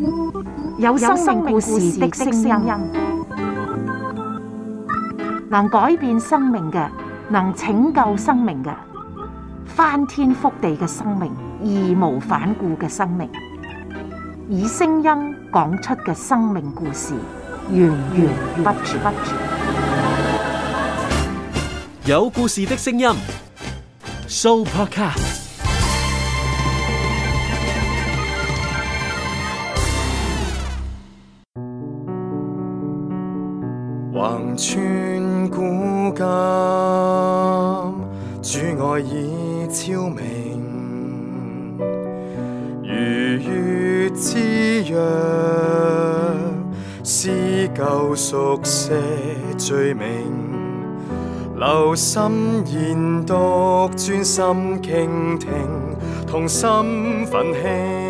有生命故事的聲音，能改變生命嘅，能拯救生命嘅，翻天覆地嘅生命，義無反顧嘅生命，以聲音講出嘅生命故事，源源不絕。 有故事的聲音 ，Sooopodcast。 橫穿古今，主愛已超明，如月之約，撕舊熟寫罪名，留心研讀，專心傾聽，同心奮興，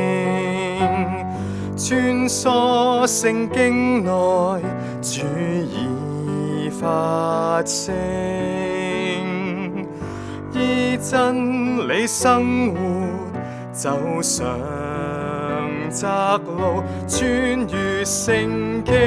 穿梭聖經內，主已發聲，依真理生活，走上窄路，穿越聖經。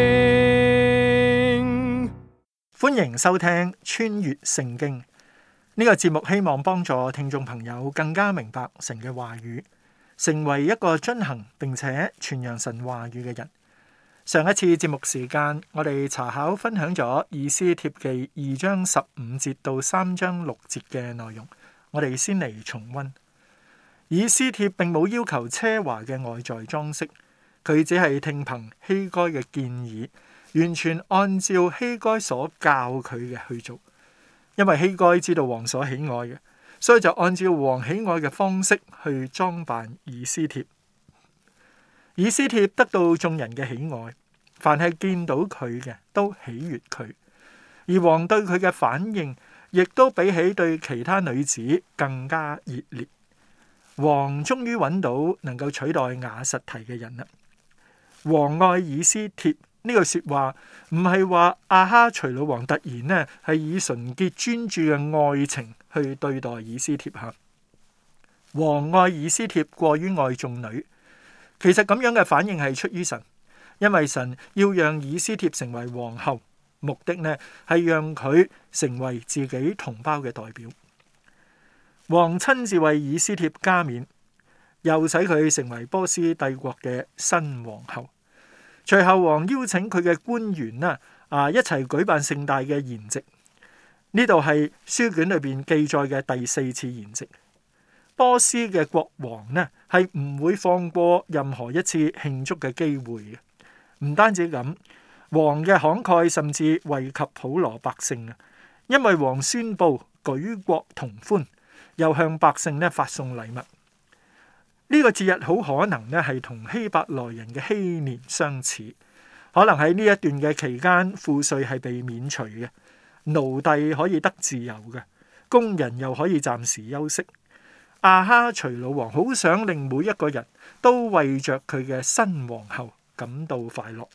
歡迎收聽《穿越聖經》呢個節目，希望幫助聽眾朋友更加明白神嘅話語，成為一個遵行並且傳揚神話語嘅人。上一次節目時間，我哋查考分享咗以斯帖記2章15節到3章6節嘅內容，我哋先嚟重溫。以斯帖並冇要求奢華嘅外在裝飾，佢只係聽憑希該嘅建議，完全按照希該所教佢嘅去做。因為希該知道王所喜愛嘅，所以就按照王喜愛嘅方式去裝扮以斯帖。以斯帖得到眾人嘅喜愛，凡係見到佢嘅都喜悅佢，而王對佢嘅反應亦都比起對其他女子更加熱烈。王終於揾到能夠取代瓦實提嘅人啦。王愛以斯帖呢句說話唔係話亞哈隨魯王突然呢係以純潔專注嘅愛情去對待以斯帖吓。王愛以斯帖過於愛眾女，其實咁樣嘅反應係出於神，因為神要讓以斯帖成為皇后，目的呢係讓佢成為自己同胞嘅代表。王親自為以斯帖加冕，又使佢成為波斯帝國嘅新皇后。隨後王邀請佢嘅官員一齊舉辦盛大嘅筵席。呢度係書卷裏邊記載嘅第4次筵席。波斯嘅國王呢係唔會放過任何一次慶祝嘅機會嘅。唔單止咁，王嘅慷慨甚至惠及普羅百姓啊，因為王宣布舉國同歡，又向百姓呢發送禮物。呢個節日好可能呢係同希伯來人嘅禧年相似，可能喺呢一段嘅期間，賦稅係被免除嘅，奴隸可以得自由嘅，工人又可以暫時休息。亞哈隨魯王好想令每一個人都為着佢嘅新皇后感到快樂。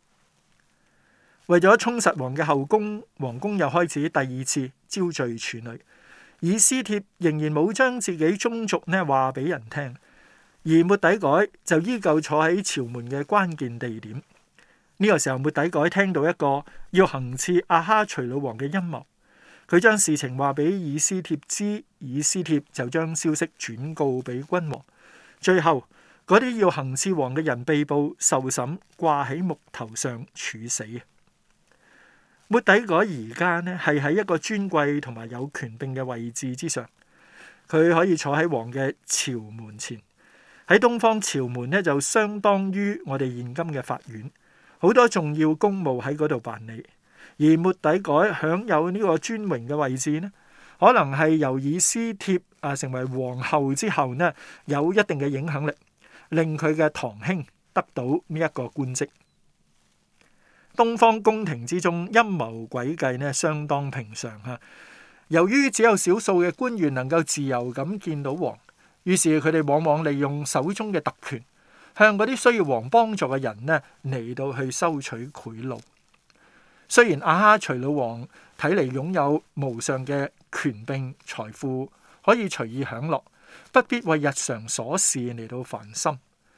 為咗充實王嘅後宮，王宮又開始第2次招聚處女。以斯帖仍然冇將自己宗族呢話俾人聽，而末底改就依舊坐喺朝門嘅關鍵地點。呢個時候，末底改聽到一個要行刺亞哈隨魯王嘅陰謀，佢將事情話俾以斯帖知，以斯帖就將消息轉告俾君王。最後嗰啲要行刺王嘅人被捕受審，掛喺木頭上處死。末底改而家呢係喺一個尊貴同埋有權柄嘅位置之上，佢可以坐喺王嘅朝門前。喺東方朝門呢就相當於我哋現今嘅法院，好多重要公務喺嗰度辦理。而末底改享有呢個尊榮嘅位置呢，可能係由以斯帖成為皇后之後呢有一定嘅影響力，令佢嘅堂兄得到呢一個官職。東方宮廷之中陰謀詭計呢相當平常吓，由於只有少數嘅官員能夠自由咁見到王，於是佢哋往往利用手中嘅特權，向嗰啲需要王幫助嘅人呢嚟到去收取賄賂。雖然亞哈隨魯王睇嚟擁有無上嘅權柄財富，可以隨意享樂，不必為日常瑣事嚟到煩心。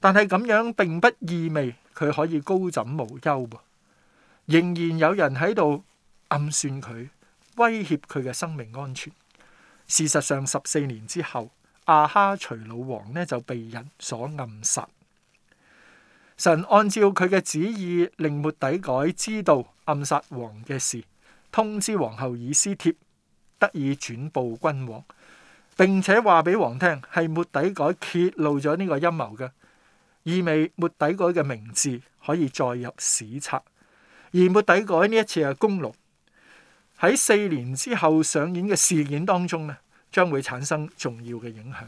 但係咁樣並不意味佢可以高枕無憂噃，仍然有人喺度暗算佢，威脅佢嘅生命安全。事實上，14年之後，亞哈隨魯王呢就被人所暗殺。神按照佢嘅旨意，令末底改知道暗殺王嘅事，通知皇后以斯帖，得以轉報君王，並且話俾王聽係末底改揭露咗呢個陰謀嘅，意味末底改嘅名字可以載入史冊。而末底改呢一次嘅功勞喺4年之後上演嘅事件當中呢，將會產生重要嘅影響。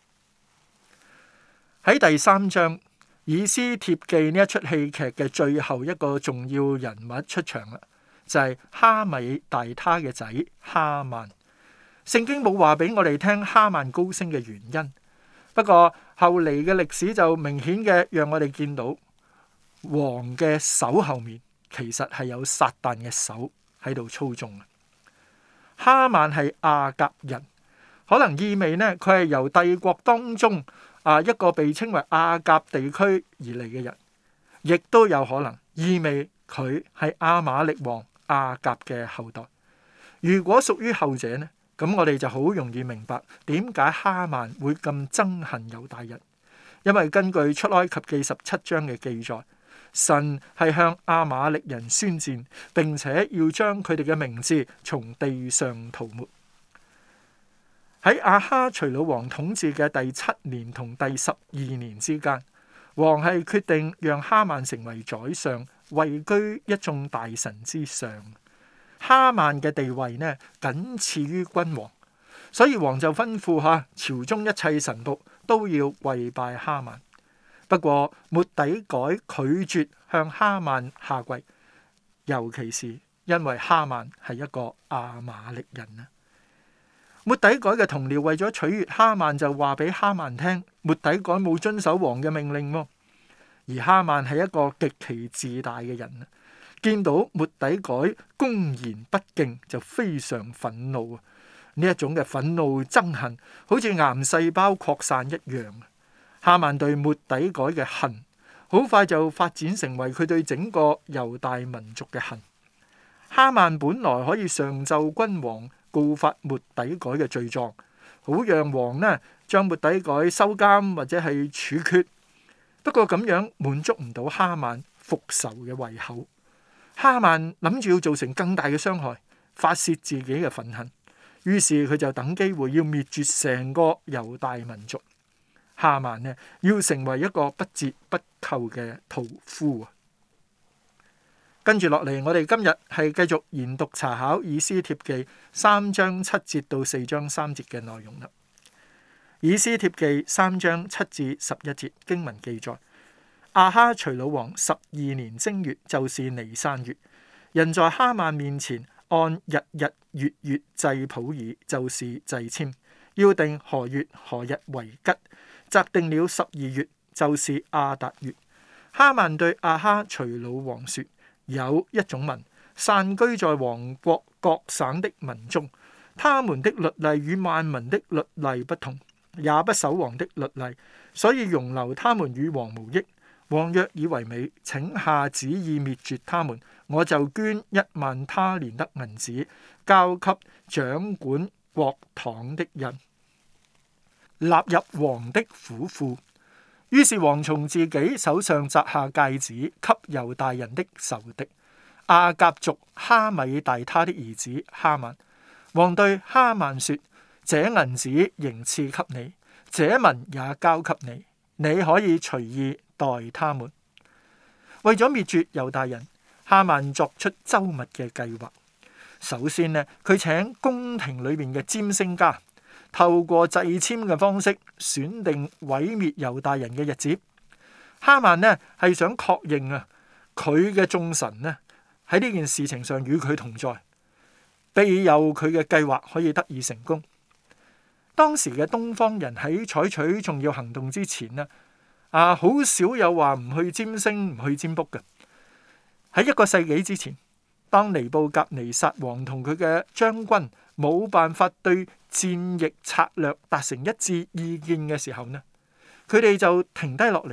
喺第3章，以斯帖記呢一出戲劇嘅最後一個重要人物出場啦，就係哈米大他嘅仔哈曼。聖經冇話俾我哋聽哈曼高升嘅原因，不過後嚟嘅歷史就明顯嘅讓我哋見到王嘅手後面其實係有撒旦嘅手喺度操縱。哈曼係亞甲人，可能意味呢佢係由帝國當中一個被稱為亞甲地區而嚟嘅人，亦都有可能意味佢係亞瑪力王亞甲嘅後代。如果屬於後者呢，咁我哋就好容易明白點解哈曼會咁憎恨猶大人，因為根據出埃及記17章嘅記載，神係向亞瑪力人宣戰，並且要將佢哋嘅名字從地上塗抹。喺亞哈隨魯王統治嘅第7年同第12年之間，王係決定讓哈曼成為宰相，位居一眾大臣之上。哈曼嘅地位呢，僅次於君王，所以王就吩咐朝中一切臣僕都要跪拜哈曼。不過末底改拒絕向哈曼下跪，尤其是因為哈曼係一個亞瑪力人啊。末底改嘅同僚為咗取悅哈曼，就話俾哈曼聽，末底改冇遵守王嘅命令喎。而哈曼係一個極其自大嘅人啊，見到末底改公然不敬，就非常憤怒啊！呢一種嘅憤怒憎恨，好似癌細胞擴散一樣。哈曼對末底改嘅恨，好快就發展成為佢對整個猶大民族嘅恨。哈曼本來可以上奏君王，告發末底改嘅罪狀，好讓王呢將末底改收監或者係處決。不過咁樣滿足唔到哈曼復仇嘅胃口。哈曼諗住要造成更大嘅傷害，發洩自己嘅憤恨，於是佢就等機會要滅絕成個猶大民族。哈曼呢要成為一個不折不扣嘅屠夫啊！跟住落嚟，我哋今日係繼續研讀查考以斯帖記3章7節到4章3節嘅內容啦。以斯帖記3章7至11節經文記載：亞哈隨魯王12年正月，就是尼散月，人在哈曼面前按日日月月祭普爾，就是祭籤，要定何月何日為吉，擇定了12月，就是亞達月。哈曼對亞哈隨魯王說：有一種民散居在王國各省的民中，他們的律例與萬民的律例不同，也不守王的律例，所以容留他們與王無益。王若以為美，請下旨意滅絕他們，我就捐10000他連得銀子，交給掌管國帑的人，納入王的府庫。於是王從自己手上摘下戒指，給猶大人的仇敵亞甲族哈米大他的兒子哈曼。王對哈曼說：這銀子仍賜給你，這民也交給你，你可以隨意待他們。為咗滅絕猶大人，哈曼作出周密嘅計劃。首先呢，佢請宮廷裏面嘅占星家，透過祭籤嘅方式選定毀滅猶大人嘅日子。哈曼呢係想確認佢嘅眾神呢喺呢件事情上與佢同在，庇佑佢嘅計劃可以得以成功。當時嘅東方人喺採取重要行動之前呢，好少有話唔去占星、唔去占卜嘅。喺1個世紀之前，當尼布甲尼撒王同佢嘅將軍冇辦法對戰役策略達成一致意見嘅時候呢，佢哋就停低落嚟，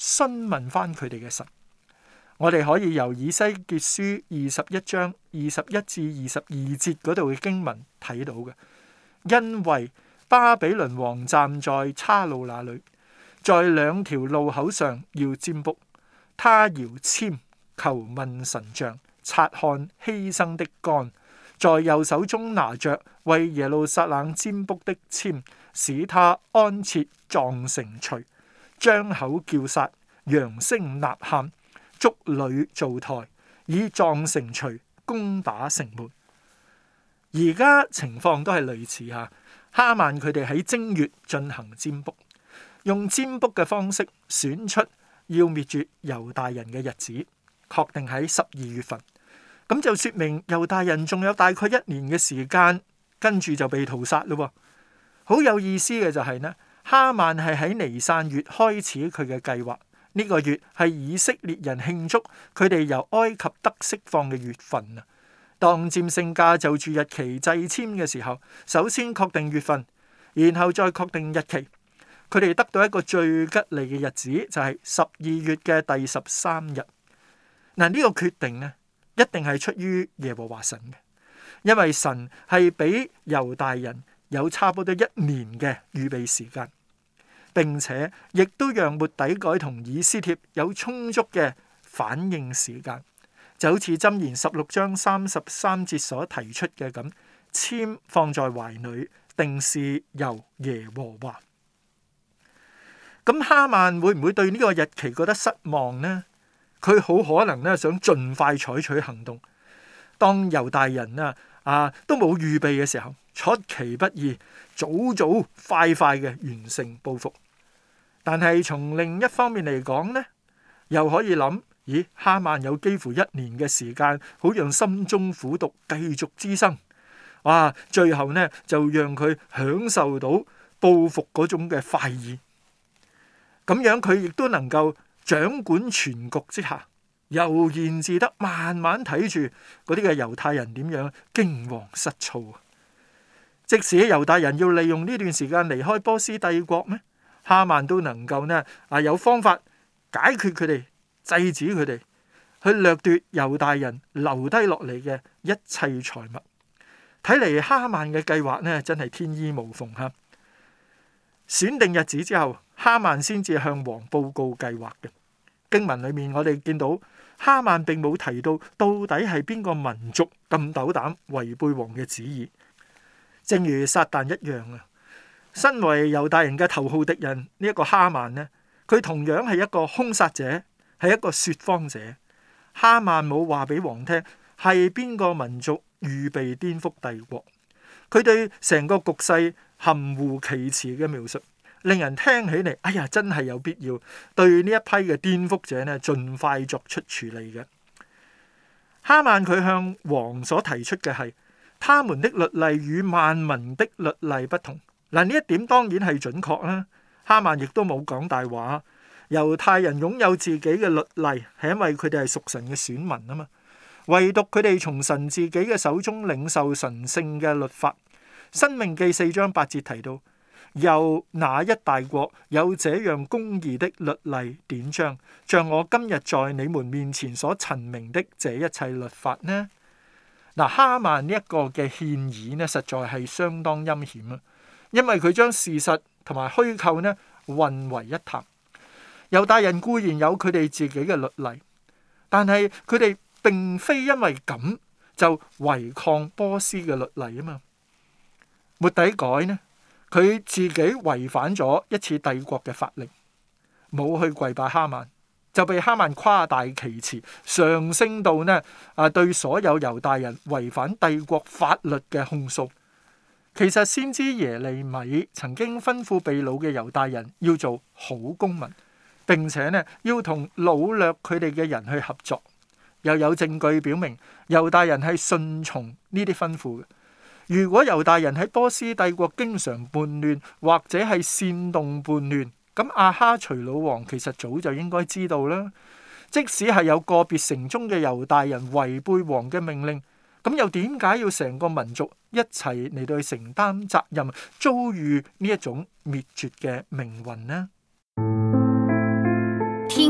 詢問翻佢哋嘅神。我哋可以由以西結書21章21至22節嗰度嘅經文睇到嘅，因為巴比倫王站在岔路那裏，在兩條路口上要占卜，他搖籤求問神像，察看犧牲的杆，在右手中拿着為耶路撒冷占卜的籤，使他安設撞城錘，張口叫殺，揚聲吶喊，築壘造台，以撞城錘攻打城門。而家情況都係類似吓，哈曼佢哋喺正月進行占卜，用占卜嘅方式選出要滅絕猶大人嘅日子，確定喺12月份。咁就說明猶大人仲有大概1年嘅時間，跟住就被屠殺咯。好有意思嘅就係呢，哈曼係喺尼散月開始佢嘅計劃。呢個月係以色列人慶祝佢哋由埃及得釋放嘅月份啊。當占星家就住日期掣籤嘅時候，首先確定月份，然後再確定日期。佢哋得到一個最吉利嘅日子，就係12月嘅第13日。嗱，呢個決定呢，一定係出於耶和華神嘅，因為神係俾猶大人有差不多1年嘅預備時間，並且亦都讓末底改同以斯帖有充足嘅反應時間，就好似箴言16章33節所提出嘅咁，籤放在懷裏，定是由耶和華。咁哈曼會唔會對呢個日期覺得失望呢？佢好可能咧想盡快採取行動。當猶大人都冇預備嘅時候，出其不意，早快嘅完成報復。但係從另一方面嚟講呢，又可以諗，咦，哈曼有幾乎1年嘅時間，好讓心中苦毒繼續滋生。哇！最後呢，就讓佢享受到報復嗰種嘅快意。咁樣佢亦都能夠掌管全局之下，悠然自得，慢慢睇住嗰啲嘅猶太人點樣驚惶失措。即使猶大人要利用呢段時間離開波斯帝國咩，哈曼都能夠有方法解決佢哋，制止佢哋，去掠奪猶大人留低落嚟嘅一切財物。睇嚟哈曼嘅計劃呢，真係天衣無縫哈。選定日子之後，哈曼先至向王報告計劃嘅。經文裏面我哋見到哈曼並冇提到到底係邊個民族咁斗膽違背王嘅旨意，正如撒旦一樣啊。身為猶大人嘅頭號敵人呢一個哈曼呢，佢同樣係一個兇殺者，係一個說謊者。哈曼冇話俾王聽係邊個民族預備顛覆帝國，佢對成個局勢含糊其辭嘅描述，令人聽起嚟，哎呀，真係有必要對呢一批嘅顛覆者呢盡快作出處理嘅。哈曼佢向王所提出嘅係，他們的律例與萬民的律例不同。嗱，呢一點當然係準確啦。哈曼亦都冇講大話。猶太人擁有自己嘅律例，係因為佢哋係屬神嘅選民啊嘛。唯獨佢哋從神自己嘅手中領受神聖嘅律法。申命記4章8節提到，又哪一大國有這樣公義的律例典章，像我今日在你們面前所陳明的這一切律法呢？嗱，哈曼呢一個嘅獻議呢，實在係相當陰險啊！因為佢將事實同埋虛構呢混為一談。猶大人固然有佢哋自己嘅律例，但係佢哋並非因為咁就違抗波斯嘅律例啊嘛。末底改呢，佢自己違反咗一次帝國嘅法令，冇去跪拜哈曼，就被哈曼誇大其詞，上升到對所有猶大人違反帝國法律嘅控訴。其實先知耶利米曾經吩咐被擄嘅猶大人要做好公民，並且要同擄掠佢哋嘅人去合作。又有證據表明猶大人係順從呢啲吩咐嘅。如果猶大人喺波斯帝國經常叛亂，或者係煽動叛亂，咁亞哈隨魯王其實早就應該知道啦。即使係有個別城中嘅猶大人違背王嘅命令，咁又點解要成個民族一齊嚟到去承擔責任，遭遇呢一種滅絕嘅命運呢？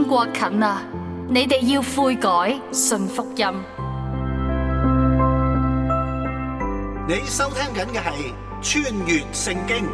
天國近啦，你哋要悔改，信福音。 你收聽緊嘅係穿越聖經。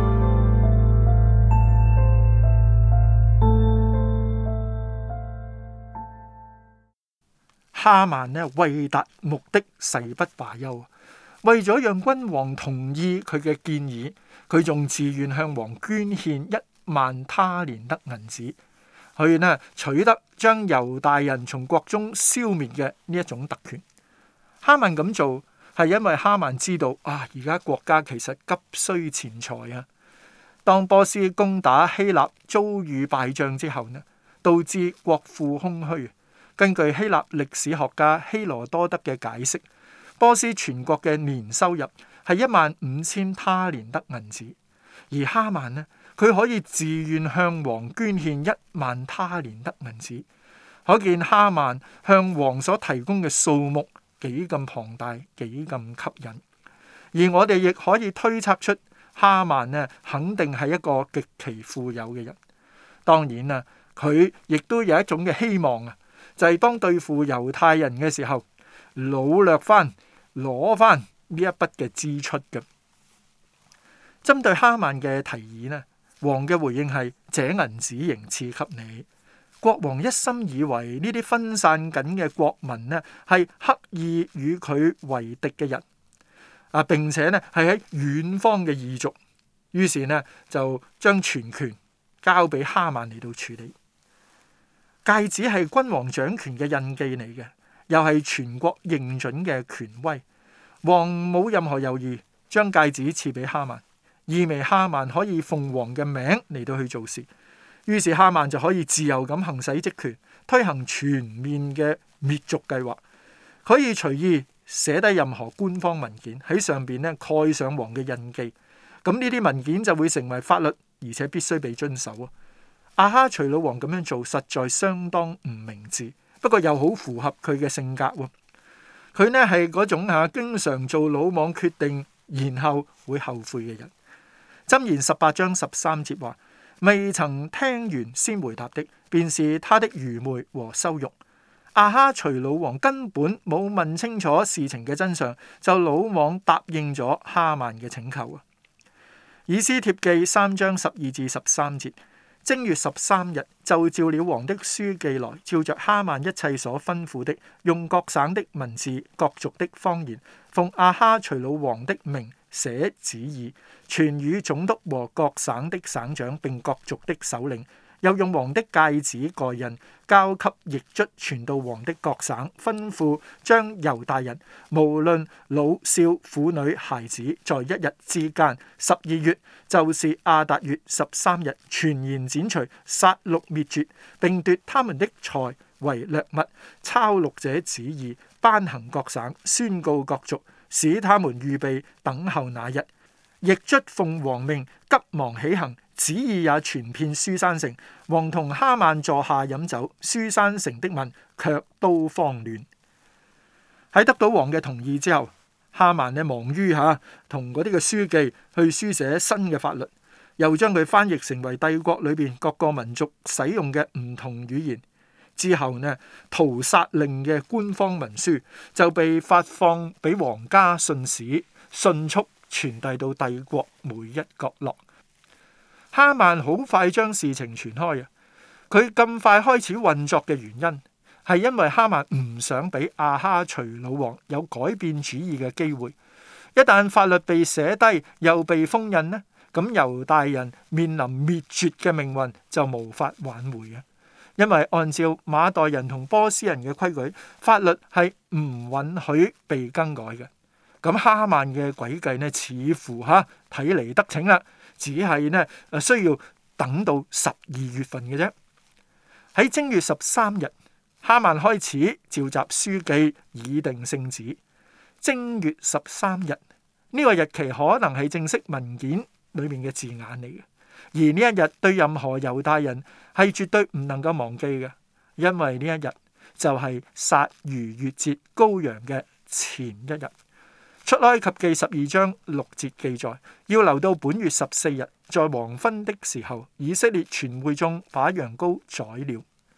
哈曼呢，為達目的誓不罷休，為咗讓君王同意佢嘅建議，佢仲自願向王捐獻1萬他連得銀子，去呢取得將猶大人從國中消滅嘅呢一種特權。哈曼咁做係因為哈曼知道而家國家其實急需錢財啊。當波斯攻打希臘遭遇敗仗之後呢，導致國庫空虛。根據希臘歷史學家希羅多德嘅解釋，波斯全國嘅年收入係15000他連得銀子，而哈曼呢，佢可以自願向王捐獻1萬他連得銀子，可見哈曼向王所提供嘅數目幾咁龐大，幾咁吸引。而我哋亦可以推測出哈曼呢，肯定係一個極其富有嘅人。當然啦，佢亦都有一種嘅希望啊，就係當對付猶太人嘅時候，擄掠翻攞翻呢一筆嘅支出嘅。針對哈曼嘅提議呢，王嘅回應係：這銀子仍賜給你。國王一心以為呢啲分散緊嘅國民呢，係刻意與佢為敵嘅人並且呢係喺遠方嘅異族，於是呢就將全權交俾哈曼嚟到處理。戒指係君王掌權嘅印記嚟嘅，又係全國認準嘅權威。王冇任何猶豫，將戒指賜俾哈曼，意味哈曼可以奉王嘅名嚟到去做事。於是哈曼就可以自由咁行使職權，推行全面嘅滅族計劃，可以隨意寫低任何官方文件喺上邊呢蓋上王嘅印記。咁呢啲文件就會成為法律，而且必須被遵守啊。亞哈隨魯王咁樣做實在相當唔明智，不過又好符合佢嘅性格喎。佢呢係嗰種經常做魯莽決定，然後會後悔嘅人。箴言18章13節話：未曾聽完先回答的，便是他的愚昧和羞辱。亞哈隨魯王根本冇問清楚事情嘅真相，就魯莽答應咗哈曼嘅請求啊。以斯帖記3章12至13節。正月13日，就召了王的書記來，照着哈曼一切所吩咐的，用各省的文字、各族的方言，奉亞哈隨魯王的名寫旨意，傳與總督和各省的省長，並各族的首領。又用王的戒指蓋印，交給驛卒傳到王的各省，吩咐將猶大人，無論老少婦女孩子，在一日之間12月，就是亞達月13日，全然剪除，殺戮滅絕，並奪他們的財為掠物，抄錄這旨意，頒行各省，宣告各族，使他們預備等候那日。驛卒奉王命急忙起行，旨意也傳遍書珊城。王同哈曼坐下飲酒，書珊城的民卻都慌亂。喺得到王嘅同意之後，哈曼忙於同嗰啲嘅書記去書寫新嘅法律，又將佢翻譯成為帝國裏邊各個民族使用嘅唔同語言。之後呢，屠殺令嘅官方文書就被發放俾皇家信使，迅速傳遞到帝國每一角落。哈曼好快將事情傳開啊！佢咁快開始運作嘅原因係因為哈曼唔想俾亞哈隨魯王有改變主意嘅機會。一旦法律被寫低又被封印呢，咁猶大人面臨滅絕嘅命運就無法挽回嘅。因為按照馬代人同波斯人嘅規矩，法律係唔允許被更改嘅。咁哈曼嘅詭計呢，似乎睇嚟得逞啦，只係呢需要等到12月份嘅啫。喺正月13日，哈曼開始召集書記，擬定聖旨。正月13日呢個日期可能係正式文件裏面嘅字眼嚟嘅，而呢一日對任何猶大人係絕對唔能夠忘記嘅，因為呢一日就係殺逾越節羔羊嘅前一日。出埃及記12章6節記載，要留到本月14日，在黃昏的時候，以色列全會眾把羊羔宰了。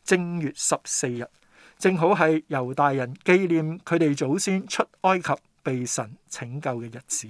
正月14日，正好係猶大人紀念佢哋祖先出埃及被神拯救嘅日子。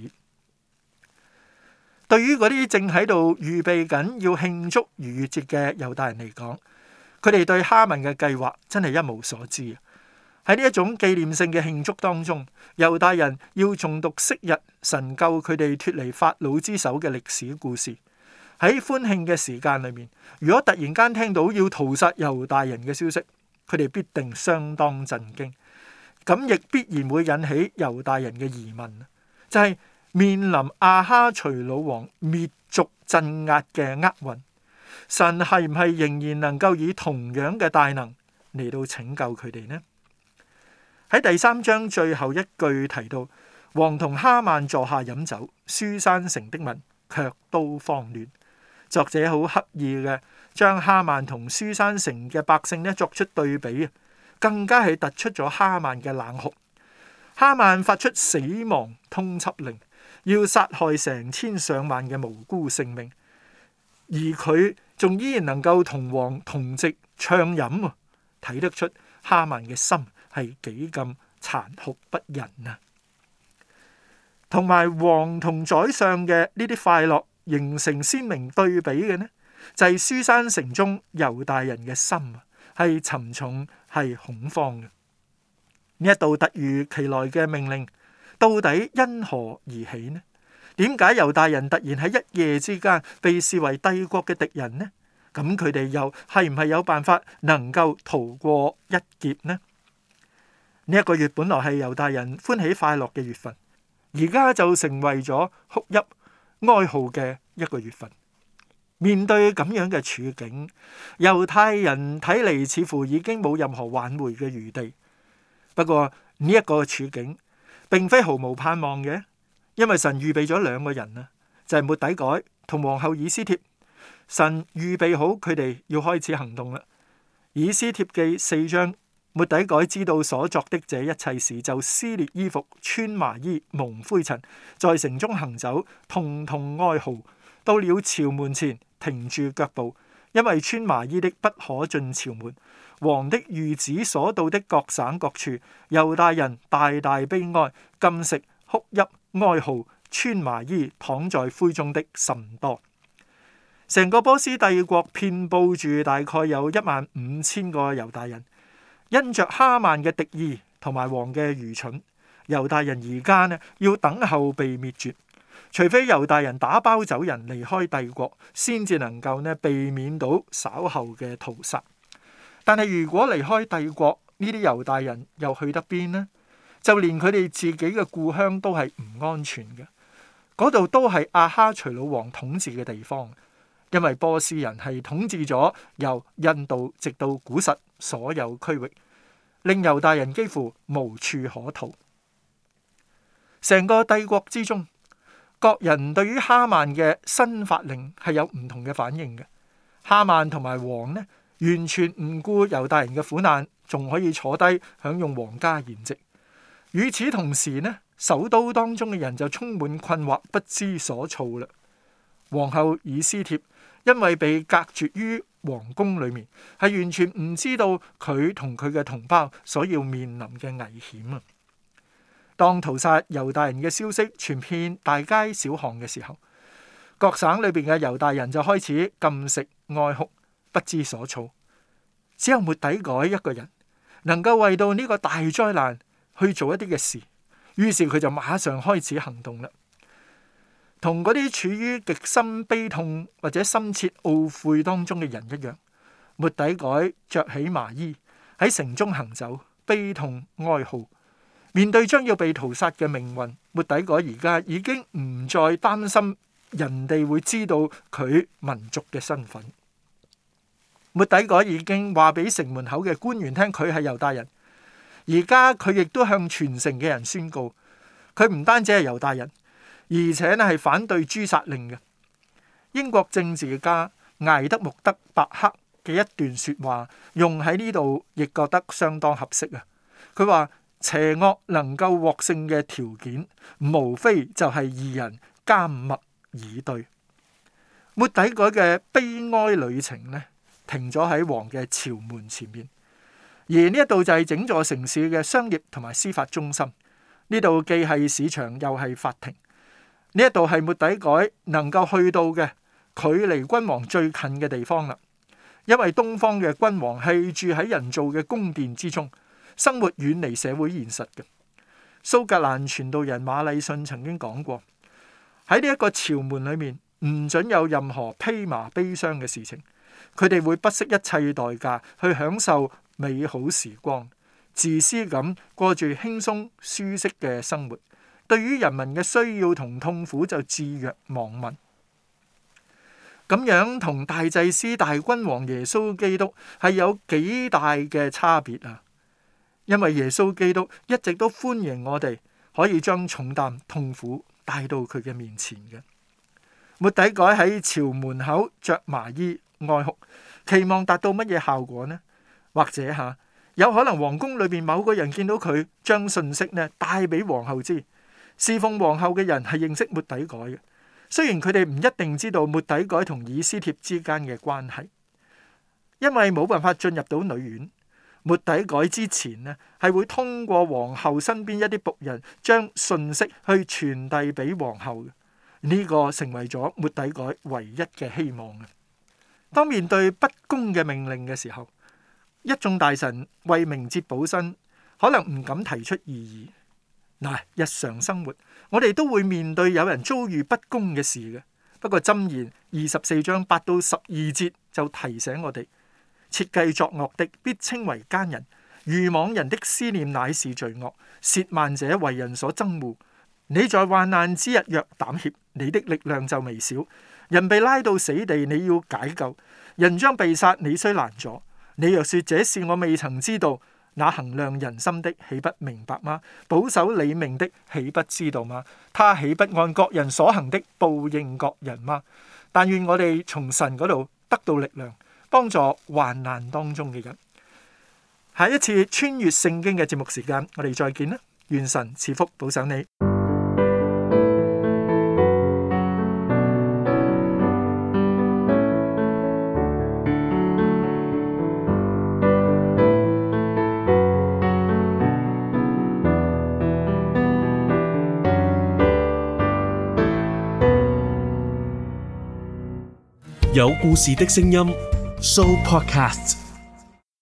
對於嗰啲正喺度預備緊要慶祝逾越節嘅猶大人嚟講，佢哋對哈曼嘅計劃真係一無所知。喺呢一種紀念性嘅慶祝當中，猶大人要誦讀昔日神救佢哋脫離法老之手嘅歷史故事。喺歡慶嘅時間裏面，如果突然間聽到要屠殺猶大人嘅消息，佢哋必定相當震驚。咁亦必然會引起猶大人嘅疑問，就係面臨亞哈隨魯王滅族鎮壓嘅厄運，神係唔係仍然能夠以同樣嘅大能嚟到拯救佢哋呢？喺第3章最後一句提到，王同哈曼坐下飲酒，書珊城的民卻都慌亂。作者好刻意嘅將哈曼同書珊城嘅百姓作出對比，更加係突出咗哈曼嘅冷酷。哈曼發出死亡通緝令，要殺害成千上萬嘅無辜性命，而佢仲依然能夠同王同席暢飲，睇得出哈曼嘅心係幾咁殘酷不仁啊！同埋王同宰相嘅呢啲快樂形成鮮明對比嘅呢，就係書珊城中猶大人嘅心係沉重，係恐慌嘅。呢一道突如其來嘅命令，到底因何而起呢？點解猶大人突然喺一夜之間被視為帝國嘅敵人呢？咁佢哋又係唔係有辦法能夠逃過一劫呢？呢一個月本來係猶大人歡喜快樂嘅月份，而家就成為咗哭泣哀號嘅一個月份。面對咁樣嘅處境，猶太人睇嚟似乎已經冇任何挽回嘅餘地。不過呢一個處境並非毫無盼望嘅，因為神預備咗2個人啊，就係末底改同皇后以斯帖。神預備好佢哋要開始行動啦。以斯帖記4章，末底改知道所作的這一切事，就撕裂衣服，穿麻衣，蒙灰塵，在城中行走，痛痛哀號。到了朝門前，停住腳步，因為穿麻衣的不可進朝門。王的諭旨所到的各省各處，猶大人大大悲哀，禁食、哭泣、哀號，穿麻衣，躺在灰中的甚多。成個波斯帝國遍佈住大概有15000個猶大人，因着哈曼嘅敵意同埋王嘅愚蠢，猶大人而家要等候被滅絕，除非猶大人打包走人離開帝國，先至能夠避免到稍後嘅屠殺。但係如果離開帝國，呢啲猶大人又去得邊呢？就連佢哋自己嘅故鄉都係唔安全嘅，嗰度都係亞哈隨魯王統治嘅地方。因為波斯人係統治咗由印度直到古實所有區域，令猶大人幾乎無處可逃。成個帝國之中，各人對於哈曼嘅新法令係有唔同嘅反應嘅。哈曼同埋王呢，完全唔顧猶大人嘅苦難，仲可以坐低享用皇家筵席。與此同時呢，首都當中嘅人就充滿困惑，不知所措啦。皇后以斯帖因為被隔絕於皇宮裏面，係完全唔知道佢同佢嘅同胞所要面臨嘅危險啊！當屠殺猶大人嘅消息傳遍大街小巷嘅時候，各省裏邊嘅猶大人就開始禁食哀哭，不知所措。只有末底改一個人能夠為到呢個大災難去做一啲嘅事，於是佢就馬上開始行動啦。同嗰啲處於極深悲痛或者深切懊悔當中嘅人一樣，末底改着起麻衣喺城中行走，悲痛哀號。面對將要被屠殺嘅命運，末底改而家已經唔再擔心人哋會知道佢民族嘅身份。末底改已經話俾城門口嘅官員聽佢係猶大人，而家佢亦都向全城嘅人宣告，佢唔單止係猶大人，而且係反對誅殺令嘅。英國政治家艾德穆德伯克嘅一段說話用喺呢度，亦覺得相當合適啊。佢話邪惡能夠獲勝嘅條件，無非就係義人緘默以對。末底改嘅悲哀旅程呢， 停咗喺王嘅朝門前面。而呢一度就係整座城市嘅商業同埋司法中心，呢度既係市場又係法庭。呢一度係末底改能夠去到嘅距離君王最近嘅地方啦。因為東方嘅君王係住喺人造嘅宮殿之中，生活遠離社會現實嘅。蘇格蘭傳道人馬禮遜曾經講過，喺呢一個朝門裏面唔准有任何披麻悲傷嘅事情，佢哋會不惜一切代價去享受美好時光，自私咁過住輕鬆舒適嘅生活，對於人民嘅需要同痛苦就置若罔聞。咁樣同大祭司大君王耶穌基督係有幾大嘅差別啊！因為耶穌基督一直都歡迎我哋可以將重擔痛苦帶到佢嘅面前嘅。末底改喺朝門口着麻衣哀哭，期望達到乜嘢效果呢？或者有可能皇宮裏邊某個人見到佢，將信息呢帶俾皇后知。侍奉皇后嘅人係認識末底改嘅，雖然佢哋唔一定知道末底改同以斯帖之間嘅關係，因為冇辦法進入到女院。末底改之前呢，係會通過皇后身邊一啲僕人將信息去傳遞俾皇后嘅。呢個成為咗末底改唯一嘅希望嘅。當面對不公嘅命令嘅時候，一眾大臣為明哲保身，可能唔敢提出異議。日常生活我哋都會面對有人遭遇不公嘅事嘅。不過箴言24章8到12節就提醒我哋，設計作惡的必稱為奸人，愚妄人的思念乃是罪惡，褻慢者為人所憎惡。你在患難之日若膽怯，你的力量就微小。人被拉到死地，你要解救；人將被殺，你須攔阻。你若說這事我未曾知道，那衡量人心的豈不明白嗎？保守你命的豈不知道嗎？他豈不按各人所行的報應各人嗎？但願我哋從神嗰度得到力量，幫助患難當中嘅人。下一次穿越聖經嘅節目時間，我哋再見啦！願神賜福保守你。 有故事的聲音 Show Podcast。